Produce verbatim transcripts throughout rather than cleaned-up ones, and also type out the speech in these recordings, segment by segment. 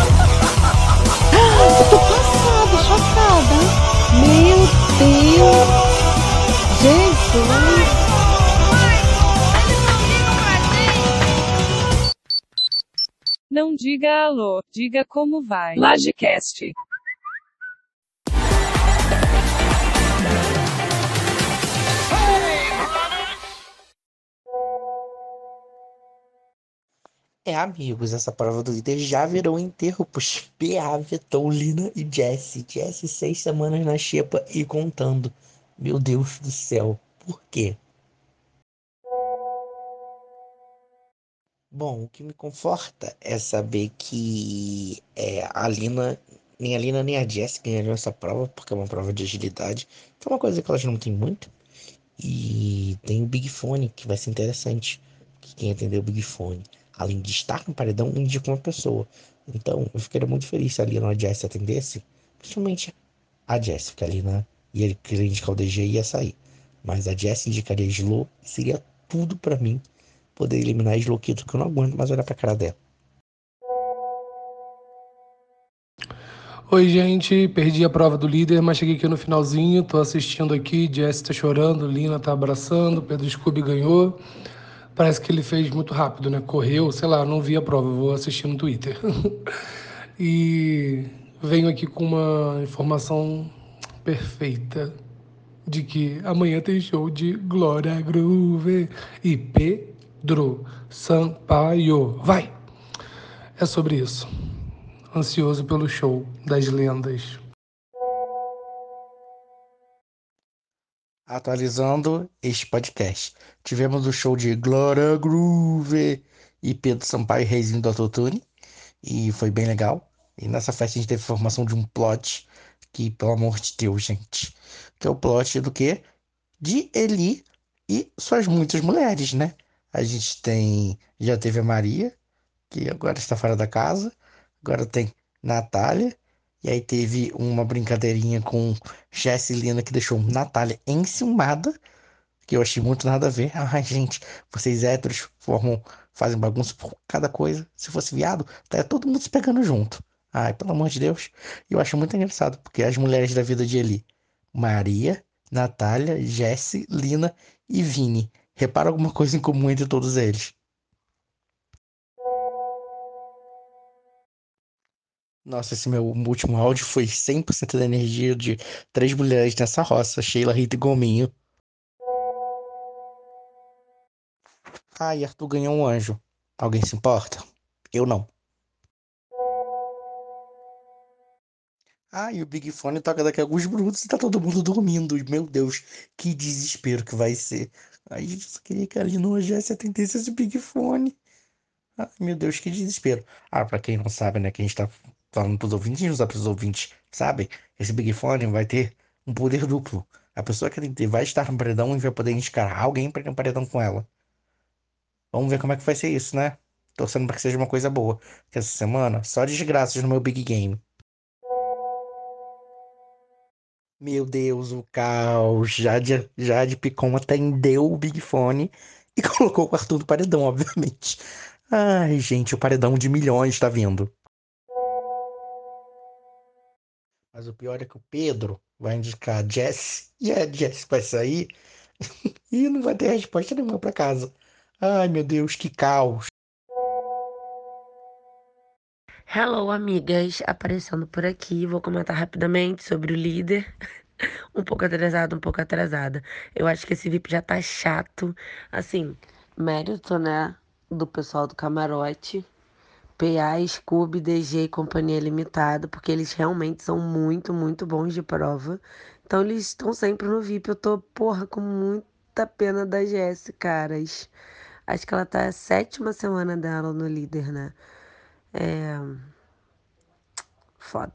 Eu tô passada, chocada. Meu Deus. Jesus. Não diga alô, diga como vai. Lagecast. É, amigos, essa prova do líder já virou um enterro pros P A, Vettel, Lina e Jessie. Jessie, seis semanas na xepa e contando. Meu Deus do céu, por quê? Bom, o que me conforta é saber que é, a Lina, nem a Lina nem a Jessie ganharam essa prova, porque é uma prova de agilidade, que é uma coisa que elas não têm muito. E tem o Big Fone, que vai ser interessante. Que quem atender o Big Fone, além de estar no paredão, indica uma pessoa. Então, eu ficaria muito feliz se a Lina ou a Jessie atendesse. Principalmente a Jessie, porque a Lina ia querer indicar o D G e ia sair. Mas a Jessie indicaria a Slow e seria tudo pra mim poder eliminar a Slowkito, que eu não aguento mais olhar pra cara dela. Oi, gente, perdi a prova do líder, mas cheguei aqui no finalzinho, tô assistindo aqui, Jess tá chorando, Lina tá abraçando, Pedro Scooby ganhou. Parece que ele fez muito rápido, né? Correu, sei lá, não vi a prova, vou assistir no Twitter. E venho aqui com uma informação perfeita de que amanhã tem show de Glória Groove e Pedro Sampaio. Vai! É sobre isso. Ansioso pelo show das lendas. Atualizando este podcast. Tivemos o show de Glória Groove e Pedro Sampaio, Reizinho do Autotune. E foi bem legal. E nessa festa a gente teve formação de um plot que, pelo amor de Deus, gente. Que é o plot do quê? De Eli e suas muitas mulheres, né? A gente tem. Já teve a Maria, que agora está fora da casa. Agora tem Natália. E aí teve uma brincadeirinha com Jessilina que deixou Natália enciumada, que eu achei muito nada a ver. Ai, gente, vocês héteros formam, fazem bagunça por cada coisa. Se fosse viado, tá todo mundo se pegando junto. Ai, pelo amor de Deus. Eu acho muito engraçado, porque as mulheres da vida de Eli, Maria, Natália, Jessie, Lina e Vini. Repara alguma coisa em comum entre todos eles. Nossa, esse meu último áudio foi cem por cento da energia de três mulheres nessa roça, Sheila, Rita e Gominho. Ai, Arthur ganhou um anjo. Alguém se importa? Eu não. Ah, e o Big Fone toca daqui a alguns minutos e tá todo mundo dormindo. E, meu Deus, que desespero que vai ser. Ai, eu só queria que a Linoa já atendesse esse Big Fone. Ai, meu Deus, que desespero. Ah, pra quem não sabe, né, que a gente tá falando pros ouvintes, não sabe pros ouvintes, sabem? Esse Big Fone vai ter um poder duplo. A pessoa que atender vai estar no paredão e vai poder indicar alguém pra ir no paredão com ela. Vamos ver como é que vai ser isso, né? Torcendo pra que seja uma coisa boa. Porque essa semana, só desgraças no meu Big Game. Meu Deus, o caos. Jade, Jade Picon atendeu o Big Fone e colocou o Arthur no paredão, obviamente. Ai, gente, o paredão de milhões tá vindo. Mas o pior é que o Pedro vai indicar a Jess e a Jess vai sair e não vai ter resposta nenhuma pra casa. Ai, meu Deus, que caos. Hello, amigas, aparecendo por aqui. Vou comentar rapidamente sobre o líder. Um pouco atrasado, um pouco atrasada. Eu acho que esse V I P já tá chato. Assim, mérito, né, do pessoal do camarote. P A, Scooby, D G e Companhia Limitada, porque eles realmente são muito, muito bons de prova. Então eles estão sempre no V I P. Eu tô, porra, com muita pena da Jessie, caras. Acho que ela tá a sétima semana dela no líder, né? É. Foda.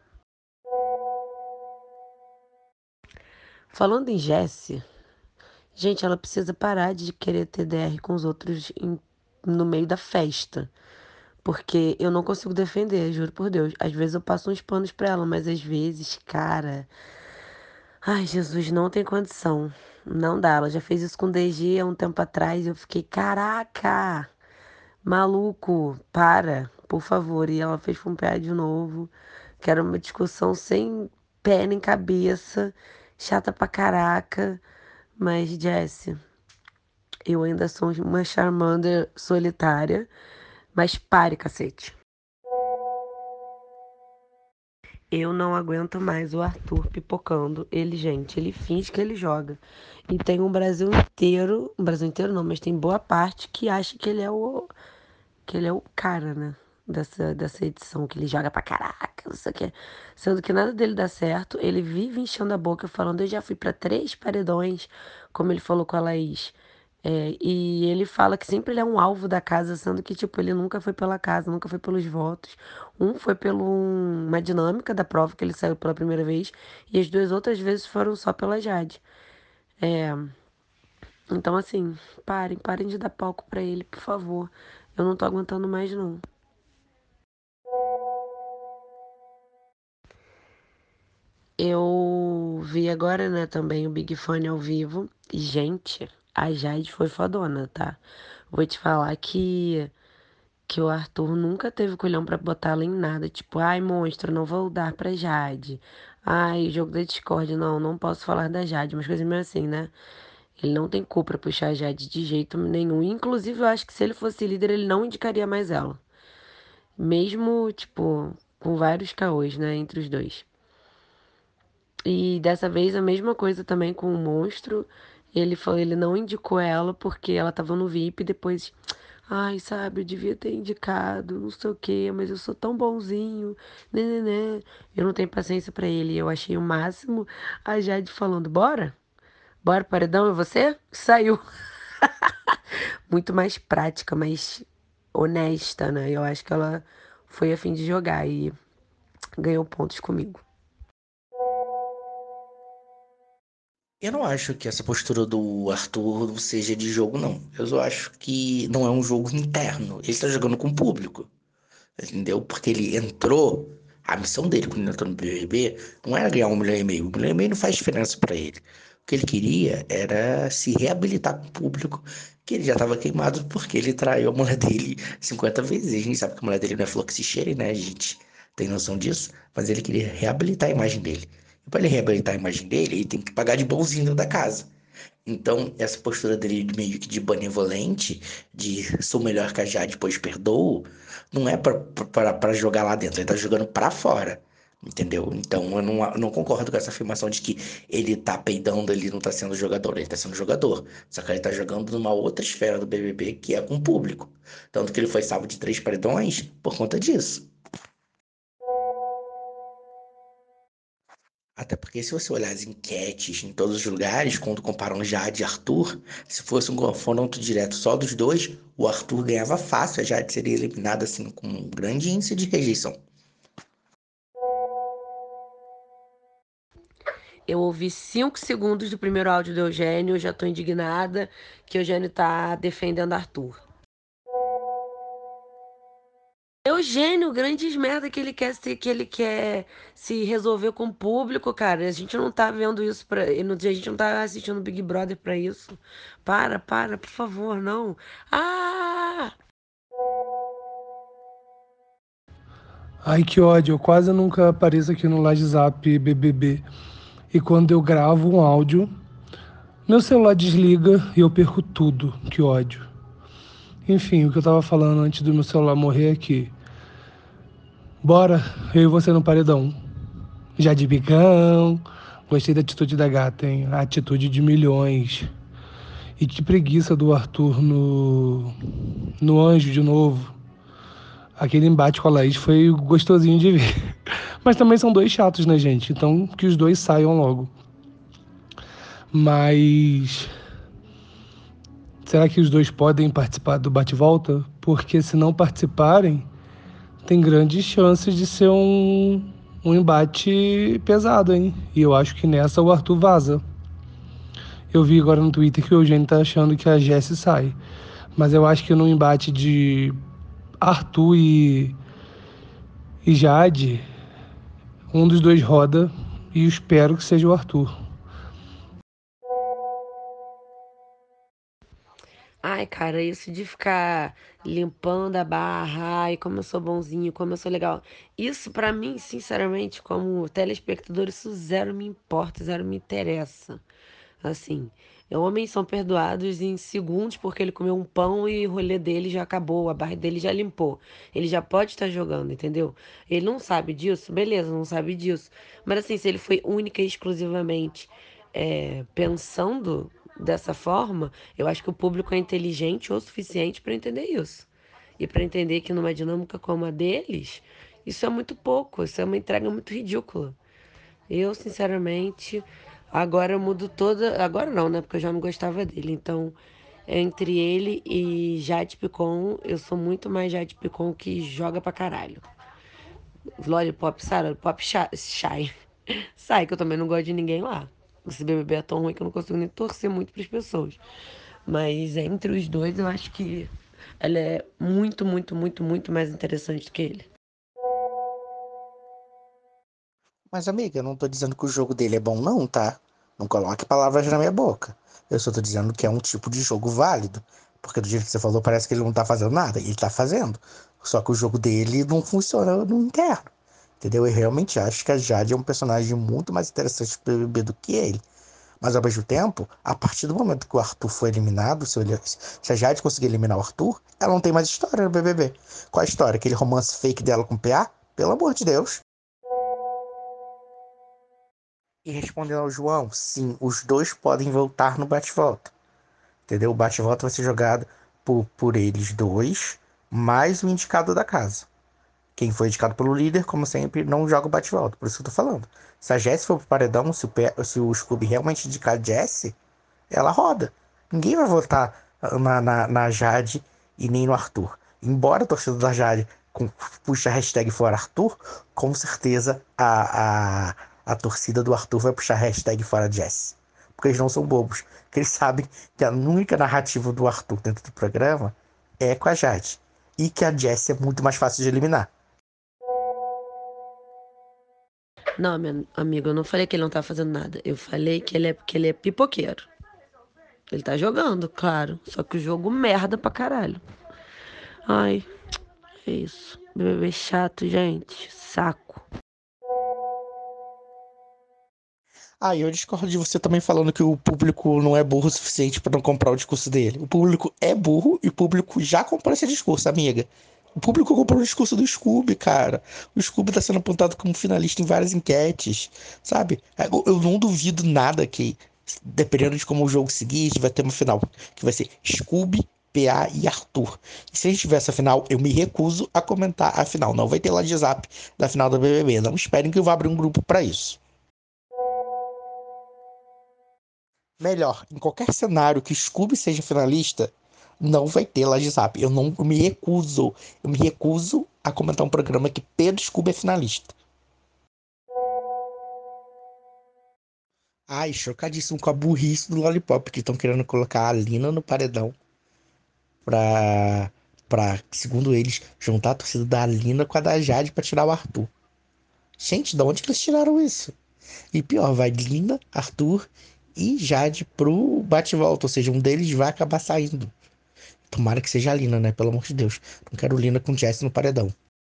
Falando em Jessie, gente, ela precisa parar de querer ter D R com os outros em- no meio da festa. Porque eu não consigo defender, juro por Deus. Às vezes eu passo uns panos pra ela, mas às vezes, cara. Ai, Jesus, não tem condição. Não dá. Ela já fez isso com o D G há um tempo atrás. E eu fiquei, caraca, maluco, para. por favor. E ela fez Pompeia de novo, que era uma discussão sem pé nem cabeça, chata pra caraca. Mas, Jessie, eu ainda sou uma Charmander solitária, mas pare, cacete. Eu não aguento mais o Arthur pipocando. Ele, gente, ele finge que ele joga. E tem um Brasil inteiro, um Brasil inteiro não, mas tem boa parte que acha que ele é o que ele é o cara, né? Dessa, dessa edição, que ele joga pra caraca, não sei o quê. Sendo que nada dele dá certo. Ele vive enchendo a boca falando, eu já fui pra três paredões, como ele falou com a Laís. É, e ele fala que sempre ele é um alvo da casa, sendo que, tipo, ele nunca foi pela casa, nunca foi pelos votos. Um foi por uma dinâmica da prova que ele saiu pela primeira vez, e as duas outras vezes foram só pela Jade. É, então, assim, parem, parem de dar palco pra ele, por favor. Eu não tô aguentando mais, não. Eu vi agora, né, também o Big Fone ao vivo. E, gente, a Jade foi fodona, tá? Vou te falar que, que o Arthur nunca teve culhão pra botá-la em nada. Tipo, ai, monstro, não vou dar pra Jade. Ai, jogo da Discord, não, não posso falar da Jade. Umas coisas meio assim, né? Ele não tem culpa pra puxar a Jade de jeito nenhum. Inclusive, eu acho que se ele fosse líder, ele não indicaria mais ela. Mesmo, tipo, com vários caôs, né, entre os dois. E dessa vez a mesma coisa também com o monstro. Ele falou, ele não indicou ela porque ela tava no V I P e depois, ai, sabe, eu devia ter indicado, não sei o quê, mas eu sou tão bonzinho, né, né, né. Eu não tenho paciência pra ele. Eu achei o máximo a Jade falando, bora? Bora, paredão, é você? Saiu. Muito mais prática, mais honesta, né? Eu acho que ela foi a fim de jogar e ganhou pontos comigo. Eu não acho que essa postura do Arthur seja de jogo, não. Eu só acho que não é um jogo interno. Ele tá jogando com o público, entendeu? Porque ele entrou, a missão dele quando ele entrou no B B B não era ganhar um milhão e meio. Um milhão e meio não faz diferença pra ele. O que ele queria era se reabilitar com o público, que ele já tava queimado porque ele traiu a mulher dele cinquenta vezes. A gente sabe que a mulher dele não é flor que se cheire, né? A gente tem noção disso. Mas ele queria reabilitar a imagem dele. E para ele reabilitar a imagem dele, ele tem que pagar de bonzinho dentro da casa. Então, essa postura dele de meio que de benevolente, de sou melhor que a Jade, depois perdoo, não é pra, pra, pra jogar lá dentro, ele tá jogando pra fora, entendeu? Então, eu não, eu não concordo com essa afirmação de que ele tá peidando, ele não tá sendo jogador, ele tá sendo jogador. Só que ele tá jogando numa outra esfera do B B B, que é com o público. Tanto que ele foi salvo de três paredões por conta disso. Até porque se você olhar as enquetes em todos os lugares, quando comparam Jade e Arthur, se fosse um confronto direto só dos dois, o Arthur ganhava fácil, a Jade seria eliminada assim com um grande índice de rejeição. Eu ouvi cinco segundos do primeiro áudio do Eugênio, eu já tô indignada que o Eugênio tá defendendo Arthur. Eugênio, grandes merda que ele quer se, que ele quer se resolver com o público, cara. A gente não tá vendo isso pra. A gente não tá assistindo Big Brother pra isso. Para, para, por favor, não. Ah! Ai, que ódio. Eu quase nunca apareço aqui no LajeZap B B B. E quando eu gravo um áudio, meu celular desliga e eu perco tudo. Que ódio. Enfim, o que eu tava falando antes do meu celular morrer é que... Bora, eu e você no paredão. Já de bicão. Gostei da atitude da gata, hein? A atitude de milhões. E que preguiça do Arthur no... No Anjo de novo. Aquele embate com a Laís foi gostosinho de ver. Mas também são dois chatos, né, gente? Então, que os dois saiam logo. Mas... será que os dois podem participar do bate-volta? Porque se não participarem, tem grandes chances de ser um, um embate pesado, hein? E eu acho que nessa o Arthur vaza. Eu vi agora no Twitter que o Eugênio tá achando que a Jessie sai. Mas eu acho que no embate de Arthur e, e Jade, um dos dois roda e eu espero que seja o Arthur. Ai, cara, isso de ficar limpando a barra, ai, como eu sou bonzinho, como eu sou legal. Isso pra mim, sinceramente, como telespectador, isso zero me importa, zero me interessa. Assim, homens são perdoados em segundos porque ele comeu um pão e o rolê dele já acabou, a barra dele já limpou. Ele já pode estar jogando, entendeu? Ele não sabe disso, beleza, não sabe disso. Mas assim, se ele foi única e exclusivamente é, pensando dessa forma, eu acho que o público é inteligente o suficiente para entender isso. E para entender que numa dinâmica como a deles, isso é muito pouco, isso é uma entrega muito ridícula. Eu, sinceramente, agora eu mudo toda. Agora não, né? Porque eu já não gostava dele. Então, entre ele e Jade Picon, eu sou muito mais Jade Picon que joga pra caralho. Lollipop, sabe? Lollipop Shy. Shy. Sai, que eu também não gosto de ninguém lá. Esse B B B é tão ruim que eu não consigo nem torcer muito pras pessoas. Mas entre os dois, eu acho que ela é muito, muito, muito, muito mais interessante do que ele. Mas, amiga, eu não tô dizendo que o jogo dele é bom, não, tá? Não coloque palavras na minha boca. Eu só tô dizendo que é um tipo de jogo válido. Porque do jeito que você falou, parece que ele não tá fazendo nada. Ele tá fazendo. Só que o jogo dele não funciona no interno. Entendeu? Eu realmente acho que a Jade é um personagem muito mais interessante pro B B B do que ele. Mas ao mesmo tempo, a partir do momento que o Arthur foi eliminado, se, ele- se a Jade conseguir eliminar o Arthur, ela não tem mais história no B B B. Qual a história? Aquele romance fake dela com o P A? Pelo amor de Deus. E respondendo ao João, sim, os dois podem voltar no bate-volta. Entendeu? O bate-volta vai ser jogado por, por eles dois, mais o indicado da casa. Quem foi indicado pelo líder, como sempre, não joga o bate-volta. Por isso que eu tô falando. Se a Jessie for pro paredão, se o, P- se o Scooby realmente indicar a Jessie, ela roda. Ninguém vai votar na, na, na Jade e nem no Arthur. Embora a torcida da Jade com, puxe a hashtag fora Arthur, com certeza a, a, a torcida do Arthur vai puxar a hashtag fora Jess. Porque eles não são bobos. Porque eles sabem que a única narrativa do Arthur dentro do programa é com a Jade. E que a Jess é muito mais fácil de eliminar. Não, meu amigo, eu não falei que ele não tá fazendo nada. Eu falei que ele é que ele é pipoqueiro. Ele tá jogando, claro. Só que o jogo merda pra caralho. Ai, é isso. B B B chato, gente. Saco. Ah, e eu discordo de você também falando que o público não é burro o suficiente para não comprar o discurso dele. O público é burro e o público já comprou esse discurso, amiga. O público comprou o discurso do Scooby, cara. O Scooby tá sendo apontado como finalista em várias enquetes, sabe? Eu, eu não duvido nada que, dependendo de como o jogo seguir, vai ter uma final que vai ser Scooby, P A e Arthur. E se a gente tiver essa final, eu me recuso a comentar a final. Não vai ter lá de zap da final da B B B. Não esperem que eu vá abrir um grupo para isso. Melhor, em qualquer cenário que Scooby seja finalista, não vai ter lá de Zap. Eu não eu me recuso. Eu me recuso a comentar um programa que Pedro Scooby é finalista. Ai, chocadíssimo com a burrice do Lollipop, que estão querendo colocar a Lina no paredão pra, pra, segundo eles, juntar a torcida da Lina com a da Jade pra tirar o Arthur. Gente, de onde que eles tiraram isso? E pior, vai Lina, Arthur e Jade pro bate-volta, ou seja, um deles vai acabar saindo. Tomara que seja a Lina, né? Pelo amor de Deus. Não quero Lina com Jess no paredão.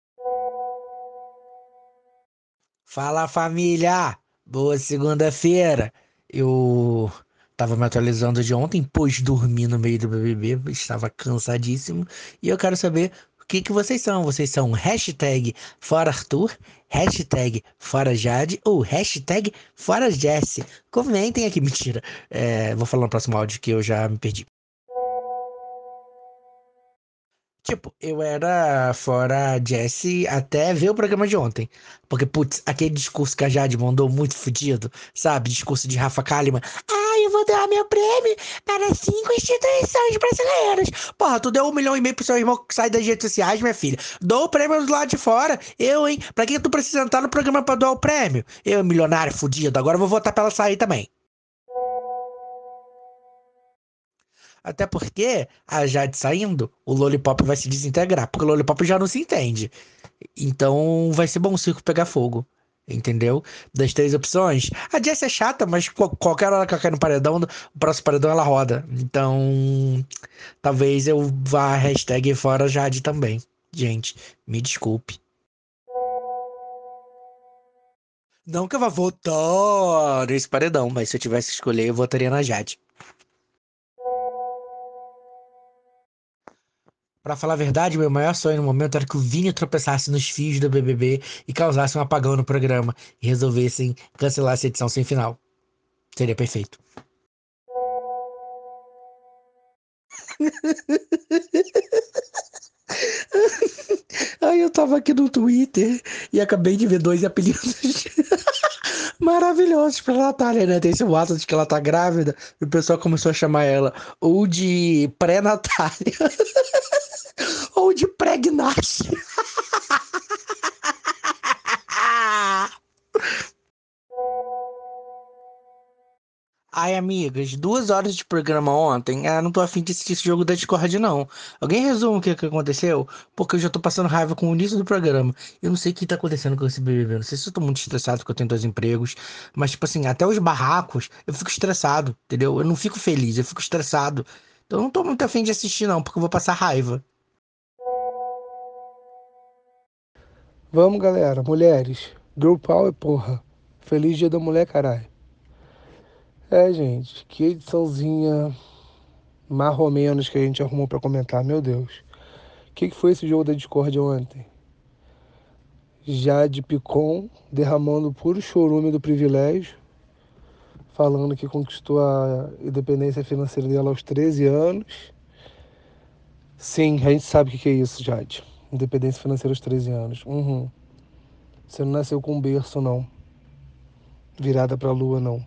Fala, família! Boa segunda-feira! Eu tava me atualizando de ontem, pois dormi no meio do B B B, estava cansadíssimo. E eu quero saber o que que vocês são. Vocês são hashtag fora Arthur, hashtag fora Jade ou hashtag fora Jess? Comentem aqui. Mentira. É, vou falar no próximo áudio que eu já me perdi. Tipo, eu era fora Jesse até ver o programa de ontem. Porque, putz, aquele discurso que a Jade mandou muito fodido, sabe? Discurso de Rafa Kalimann. Ah, eu vou dar meu prêmio para cinco instituições brasileiras. Porra, tu deu um milhão e meio pro seu irmão que sai das redes sociais, minha filha. Dou o prêmio do lado de fora. Eu, hein? Pra que tu precisa entrar no programa pra doar o prêmio? Eu, milionário fudido, agora eu vou votar pra ela sair também. Até porque, a Jade saindo, o Lollipop vai se desintegrar. Porque o Lollipop já não se entende. Então vai ser bom o circo pegar fogo. entendeu? Das três opções. A Jessie é chata, mas qual- qualquer hora que ela cai no paredão, o próximo paredão ela roda. Então, talvez eu vá hashtag fora Jade também. Gente, me desculpe. Não que eu vá votar nesse paredão, mas se eu tivesse que escolher, eu votaria na Jade. Pra falar a verdade, meu maior sonho no momento era que o Vini tropeçasse nos fios do B B B e causasse um apagão no programa e resolvessem cancelar essa edição sem final. Seria perfeito. Aí eu tava aqui no Twitter e acabei de ver dois apelidos maravilhosos pra Natália, né? Tem esse boato de que ela tá grávida e o pessoal começou a chamar ela ou de pré-Natália ou de pregnate. Ai, amigas, duas horas de programa ontem. Ah, não tô afim de assistir esse jogo da Discord, não. Alguém resume o que, que aconteceu? Porque eu já tô passando raiva com o início do programa. Eu não sei o que tá acontecendo com esse B B B. Não sei se eu tô muito estressado porque eu tenho dois empregos. Mas, tipo assim, até os barracos, eu fico estressado, entendeu? Eu não fico feliz, eu fico estressado. Então eu não tô muito afim de assistir, não, porque eu vou passar raiva. Vamos, galera. Mulheres. Girl Power, porra. Feliz Dia da Mulher, caralho. É, gente. Que ediçãozinha mais ou menos que a gente arrumou pra comentar. Meu Deus. O que, que foi esse jogo da Discord ontem? Jade Picon derramando puro chorume do privilégio. Falando que conquistou a independência financeira dela aos treze anos. Sim, a gente sabe o que, que é isso, Jade. Independência financeira aos treze anos. Uhum. Você não nasceu com um berço, não. Virada pra lua, não.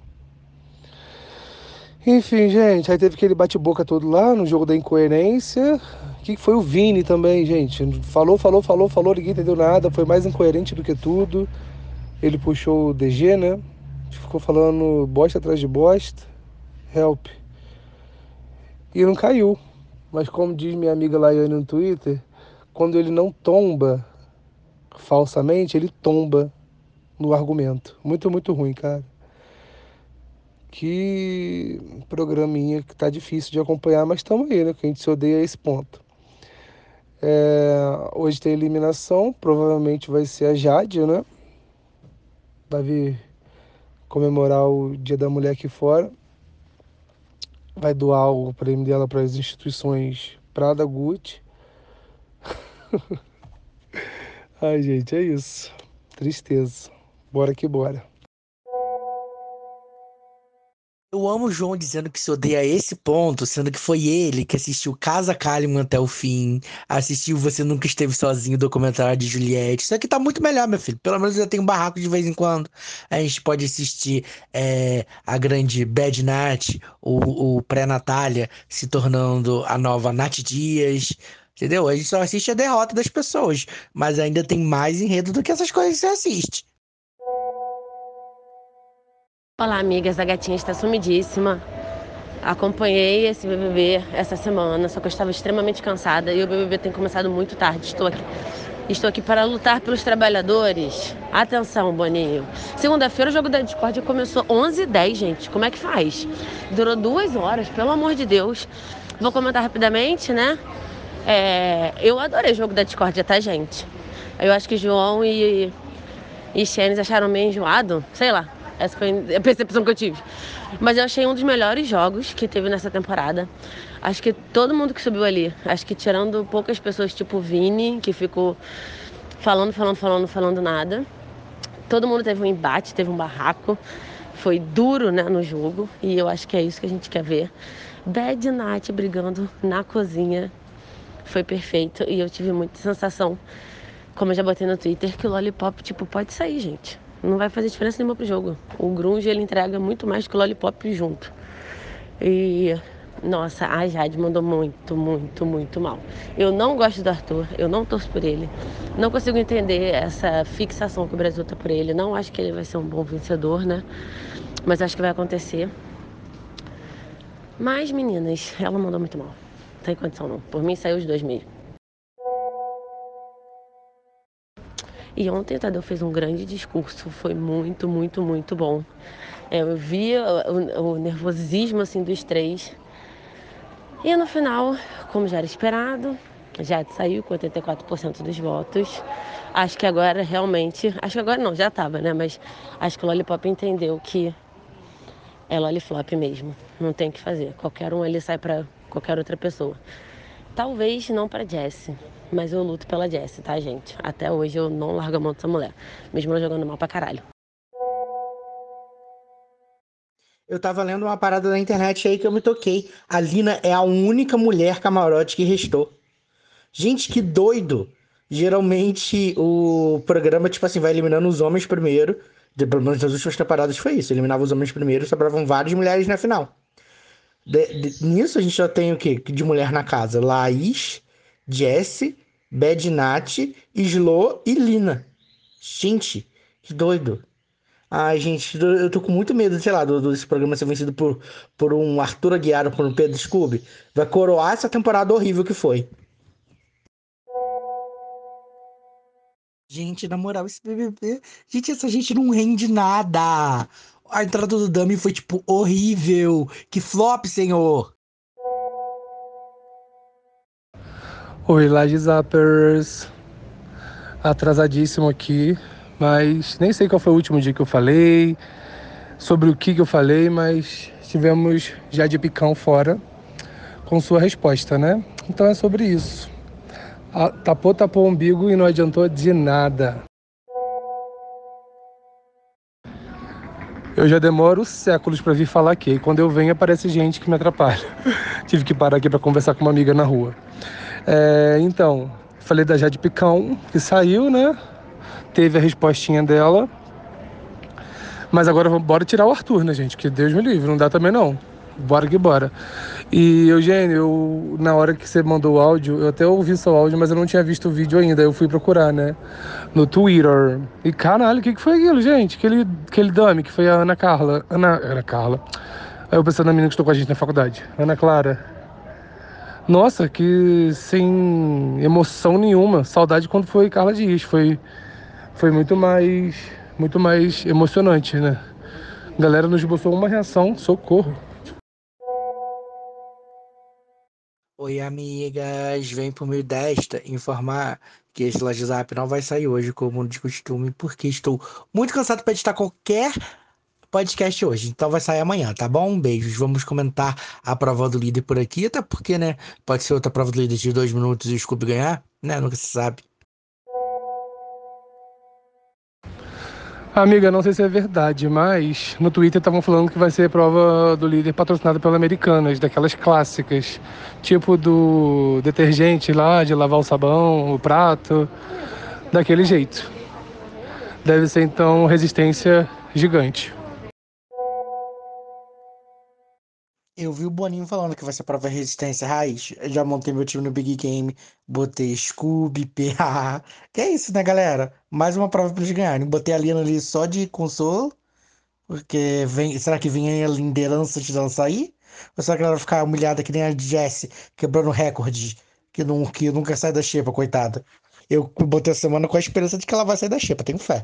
Enfim, gente, aí teve aquele bate-boca todo lá no jogo da incoerência. O que foi o Vini também, gente? Falou, falou, falou, falou, ninguém entendeu nada. Foi mais incoerente do que tudo. Ele puxou o D G, né? Ficou falando bosta atrás de bosta. Help. E não caiu. Mas como diz minha amiga Laiane no Twitter, quando ele não tomba falsamente, ele tomba no argumento. Muito, muito ruim, cara. Que programinha que tá difícil de acompanhar, mas estamos aí, né? Que a gente se odeia a esse ponto. É, hoje tem eliminação, provavelmente vai ser a Jade, né? Vai vir comemorar o Dia da Mulher aqui fora. Vai doar o prêmio dela para as instituições Prada Gucci. Ai, gente, é isso. Tristeza. Bora que bora. Eu amo o João dizendo que se odeia a esse ponto, sendo que foi ele que assistiu Casa Kalimann até o fim, assistiu Você Nunca Esteve Sozinho, o documentário de Juliette. Isso aqui tá muito melhor, meu filho. Pelo menos eu tenho um barraco de vez em quando. A gente pode assistir é, a grande Bad Nath, o, o pré-Natália se tornando a nova Nath Dias. Entendeu? A gente só assiste a derrota das pessoas, mas ainda tem mais enredo do que essas coisas que você assiste. Olá, amigas, a gatinha está sumidíssima. Acompanhei esse B B B essa semana, só que eu estava extremamente cansada e o B B B tem começado muito tarde. Estou aqui, estou aqui para lutar pelos trabalhadores. Atenção, Boninho. Segunda-feira o jogo da Discord começou onze e dez, gente. Como é que faz? Durou duas horas, pelo amor de Deus. Vou comentar rapidamente, né? É, eu adorei o jogo da Discord, tá, gente? Eu acho que João e, e Xenis acharam meio enjoado, sei lá. Essa foi a percepção que eu tive. Mas eu achei um dos melhores jogos que teve nessa temporada. Acho que todo mundo que subiu ali, acho que tirando poucas pessoas, tipo o Vini, que ficou falando, falando, falando, falando nada. Todo mundo teve um embate, teve um barraco. Foi duro, né, no jogo. E eu acho que é isso que a gente quer ver. Bad Nath brigando na cozinha. Foi perfeito. E eu tive muita sensação, como eu já botei no Twitter, que o Lollipop, tipo, pode sair, gente. Não vai fazer diferença nenhuma pro jogo. O Grunge, ele entrega muito mais que o Lollipop junto. E, nossa, a Jade mandou muito, muito, muito mal. Eu não gosto do Arthur, eu não torço por ele. Não consigo entender essa fixação que o Brasil tá por ele. Não acho que ele vai ser um bom vencedor, né? Mas acho que vai acontecer. Mas, meninas, ela mandou muito mal. Não tem condição, não. Por mim, saiu os dois mesmo. E ontem o Tadeu fez um grande discurso, foi muito, muito, muito bom. É, eu vi o, o nervosismo assim dos três. E no final, como já era esperado, já saiu com oitenta e quatro por cento dos votos. Acho que agora realmente, acho que agora não, já estava, né? Mas acho que o Lollipop entendeu que é Lollipop mesmo, não tem o que fazer. Qualquer um ali sai para qualquer outra pessoa. Talvez não pra Jessie, mas eu luto pela Jessie, tá, gente? Até hoje eu não largo a mão dessa mulher, mesmo ela jogando mal pra caralho. Eu tava lendo uma parada na internet aí que eu me toquei. A Lina é a única mulher camarote que restou. Gente, que doido! Geralmente o programa, tipo assim, vai eliminando os homens primeiro. De- Pelo menos nas últimas temporadas foi isso. Eliminava os homens primeiro e sobravam várias mulheres na final. De- de- nisso a gente já tem o quê? De mulher na casa? Laís, Jessie, Bad Nat, Slo e Lina. Gente, que doido. Ai, gente, eu eu tô com muito medo, sei lá, do, desse programa ser vencido por, por um Arthur Aguiar ou por um Pedro Scooby. Vai coroar essa temporada horrível que foi. Gente, na moral, esse B B B. Gente, essa gente não rende nada. A entrada do Dami foi, tipo, horrível. Que flop, senhor. Oi, Laje Zappers. Atrasadíssimo aqui, mas nem sei qual foi o último dia que eu falei, sobre o que que eu falei, mas tivemos Jade Picão fora com sua resposta, né? Então é sobre isso. Ah, tapou, tapou o umbigo e não adiantou de nada. Eu já demoro séculos para vir falar aqui, e quando eu venho aparece gente que me atrapalha. Tive que parar aqui para conversar com uma amiga na rua. É, então, falei da Jade Picão, que saiu, né? Teve a respostinha dela. Mas agora vamos- bora tirar o Arthur, né, gente? Que Deus me livre, não dá também não. Bora que bora. E, Eugênio, eu, na hora que você mandou o áudio, eu até ouvi seu áudio, mas eu não tinha visto o vídeo ainda. Eu fui procurar, né? No Twitter. E caralho, o que, que foi aquilo, gente? Aquele, aquele dummy que foi a Ana Carla. Ana, Ana Carla. Aí eu pensando na menina que estou com a gente na faculdade. Ana Clara. Nossa, que sem emoção nenhuma. Saudade quando foi Carla Dias. Foi, foi muito mais, muito mais emocionante, né? A galera não esboçou uma reação, socorro. Oi, amigas. Vem por meio desta informar que esse WhatsApp não vai sair hoje, como de costume, porque estou muito cansado para editar qualquer podcast hoje. Então vai sair amanhã, tá bom? Beijos. Vamos comentar a prova do líder por aqui, até porque, né? Pode ser outra prova do líder de dois minutos e o Scooby ganhar, né? Nunca se sabe. Amiga, não sei se é verdade, mas no Twitter estavam falando que vai ser a prova do líder patrocinada pela Americanas, daquelas clássicas, tipo do detergente lá, de lavar o sabão, o prato, daquele jeito. Deve ser então resistência gigante. Eu vi o Boninho falando que vai ser prova de resistência raiz. Eu já montei meu time no Big Game, botei Scooby, P A. Que é isso, né, galera? Mais uma prova pra eles ganharem. Botei a Lina ali só de consolo, porque vem, será que vem a liderança antes dela sair? Ou será que ela vai ficar humilhada que nem a Jessie, quebrando recorde, que, não, que nunca sai da xepa, coitada? Eu botei a semana com a esperança de que ela vai sair da xepa, tenho fé.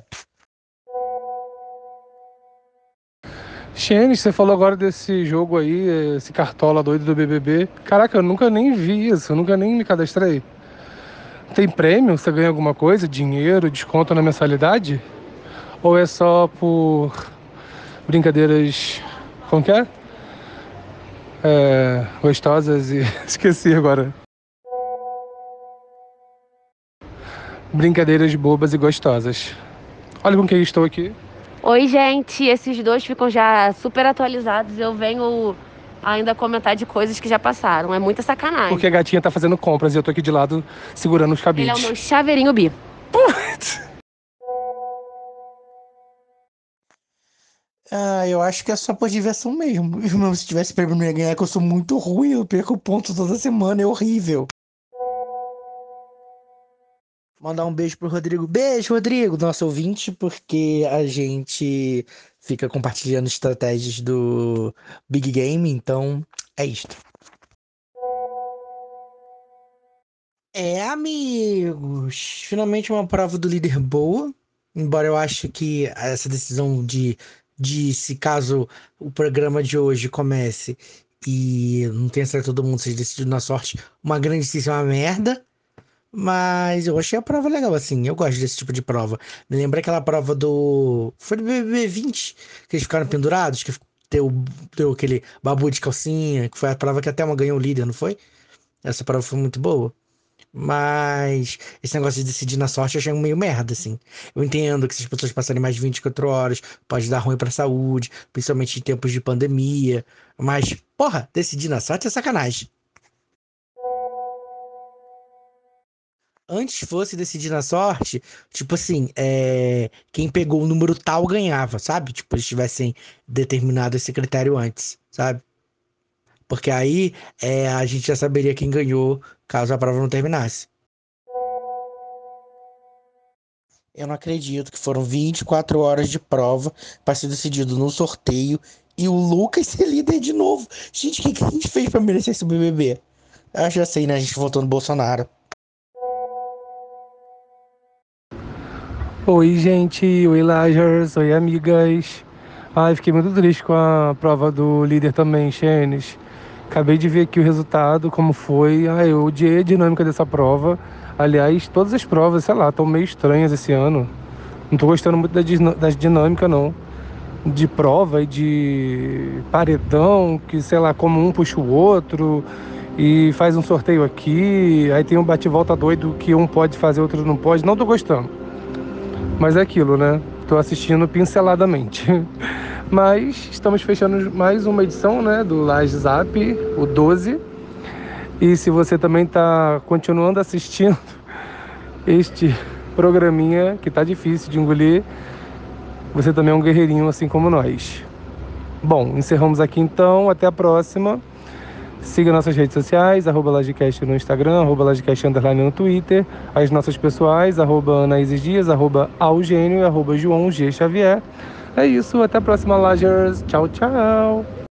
Xênis, você falou agora desse jogo aí, esse cartola doido do B B B. Caraca, eu nunca nem vi isso, eu nunca nem me cadastrei. Tem prêmio? Você ganha alguma coisa? Dinheiro, desconto na mensalidade? Ou é só por brincadeiras, como que é? É, gostosas e... esqueci agora. Brincadeiras bobas e gostosas. Olha com quem estou aqui. Oi, gente, esses dois ficam já super atualizados. Eu venho ainda comentar de coisas que já passaram. É muita sacanagem. Porque a gatinha tá fazendo compras e eu tô aqui de lado segurando os Ele é o cabides. meu chaveirinho bi. Ah, eu acho que é só por diversão mesmo. Irmão, se tivesse prêmio, não ia ganhar, que eu sou muito ruim, eu perco ponto toda semana, é horrível. Mandar um beijo pro Rodrigo. Beijo, Rodrigo, nosso ouvinte, porque a gente fica compartilhando estratégias do Big Game, então é isto. É, amigos, finalmente uma prova do líder boa, embora eu acho que essa decisão de, de se caso o programa de hoje comece e não tenha certo todo mundo seja decidido na sorte, uma grandíssima merda, mas eu achei a prova legal, assim, eu gosto desse tipo de prova. Me lembra aquela prova do... foi do B B B vinte, que eles ficaram pendurados, que deu, deu aquele babu de calcinha, que foi a prova que até uma ganhou o líder, não foi? Essa prova foi muito boa. Mas esse negócio de decidir na sorte eu achei meio merda, assim. Eu entendo que se as pessoas passarem mais de vinte e quatro horas, pode dar ruim pra saúde, principalmente em tempos de pandemia. Mas, porra, decidir na sorte é sacanagem. Antes fosse decidir na sorte, tipo assim, é... quem pegou o número tal ganhava, sabe? Tipo, eles tivessem determinado esse critério antes, sabe? Porque aí é, a gente já saberia quem ganhou caso a prova não terminasse. Eu não acredito que foram vinte e quatro horas de prova para ser decidido no sorteio e o Lucas ser líder de novo. Gente, o que, que a gente fez para merecer esse B B B? Eu já sei, né? A gente votou no Bolsonaro. Oi, gente. Oi, Lagers. Oi, amigas. Ai, fiquei muito triste com a prova do líder também, Xenis. Acabei de ver aqui o resultado, como foi. Ai, eu odiei a dinâmica dessa prova. Aliás, todas as provas, sei lá, estão meio estranhas esse ano. Não tô gostando muito da, disna- da dinâmica, não. De prova e de paredão, que, sei lá, como um puxa o outro e faz um sorteio aqui. Aí tem um bate-volta doido que um pode fazer, outro não pode. Não tô gostando. Mas é aquilo, né? Tô assistindo pinceladamente. Mas estamos fechando mais uma edição, né, do Laje Zap, o doze. E se você também tá continuando assistindo este programinha que tá difícil de engolir, você também é um guerreirinho assim como nós. Bom, encerramos aqui então. Até a próxima. Siga nossas redes sociais, arroba Lagecast no Instagram, arroba Lagecast underline no Twitter, as nossas pessoais, arroba Anaíses Dias, arroba Algênio e arroba João G. Xavier. É isso, até a próxima, Lagers. Tchau, tchau.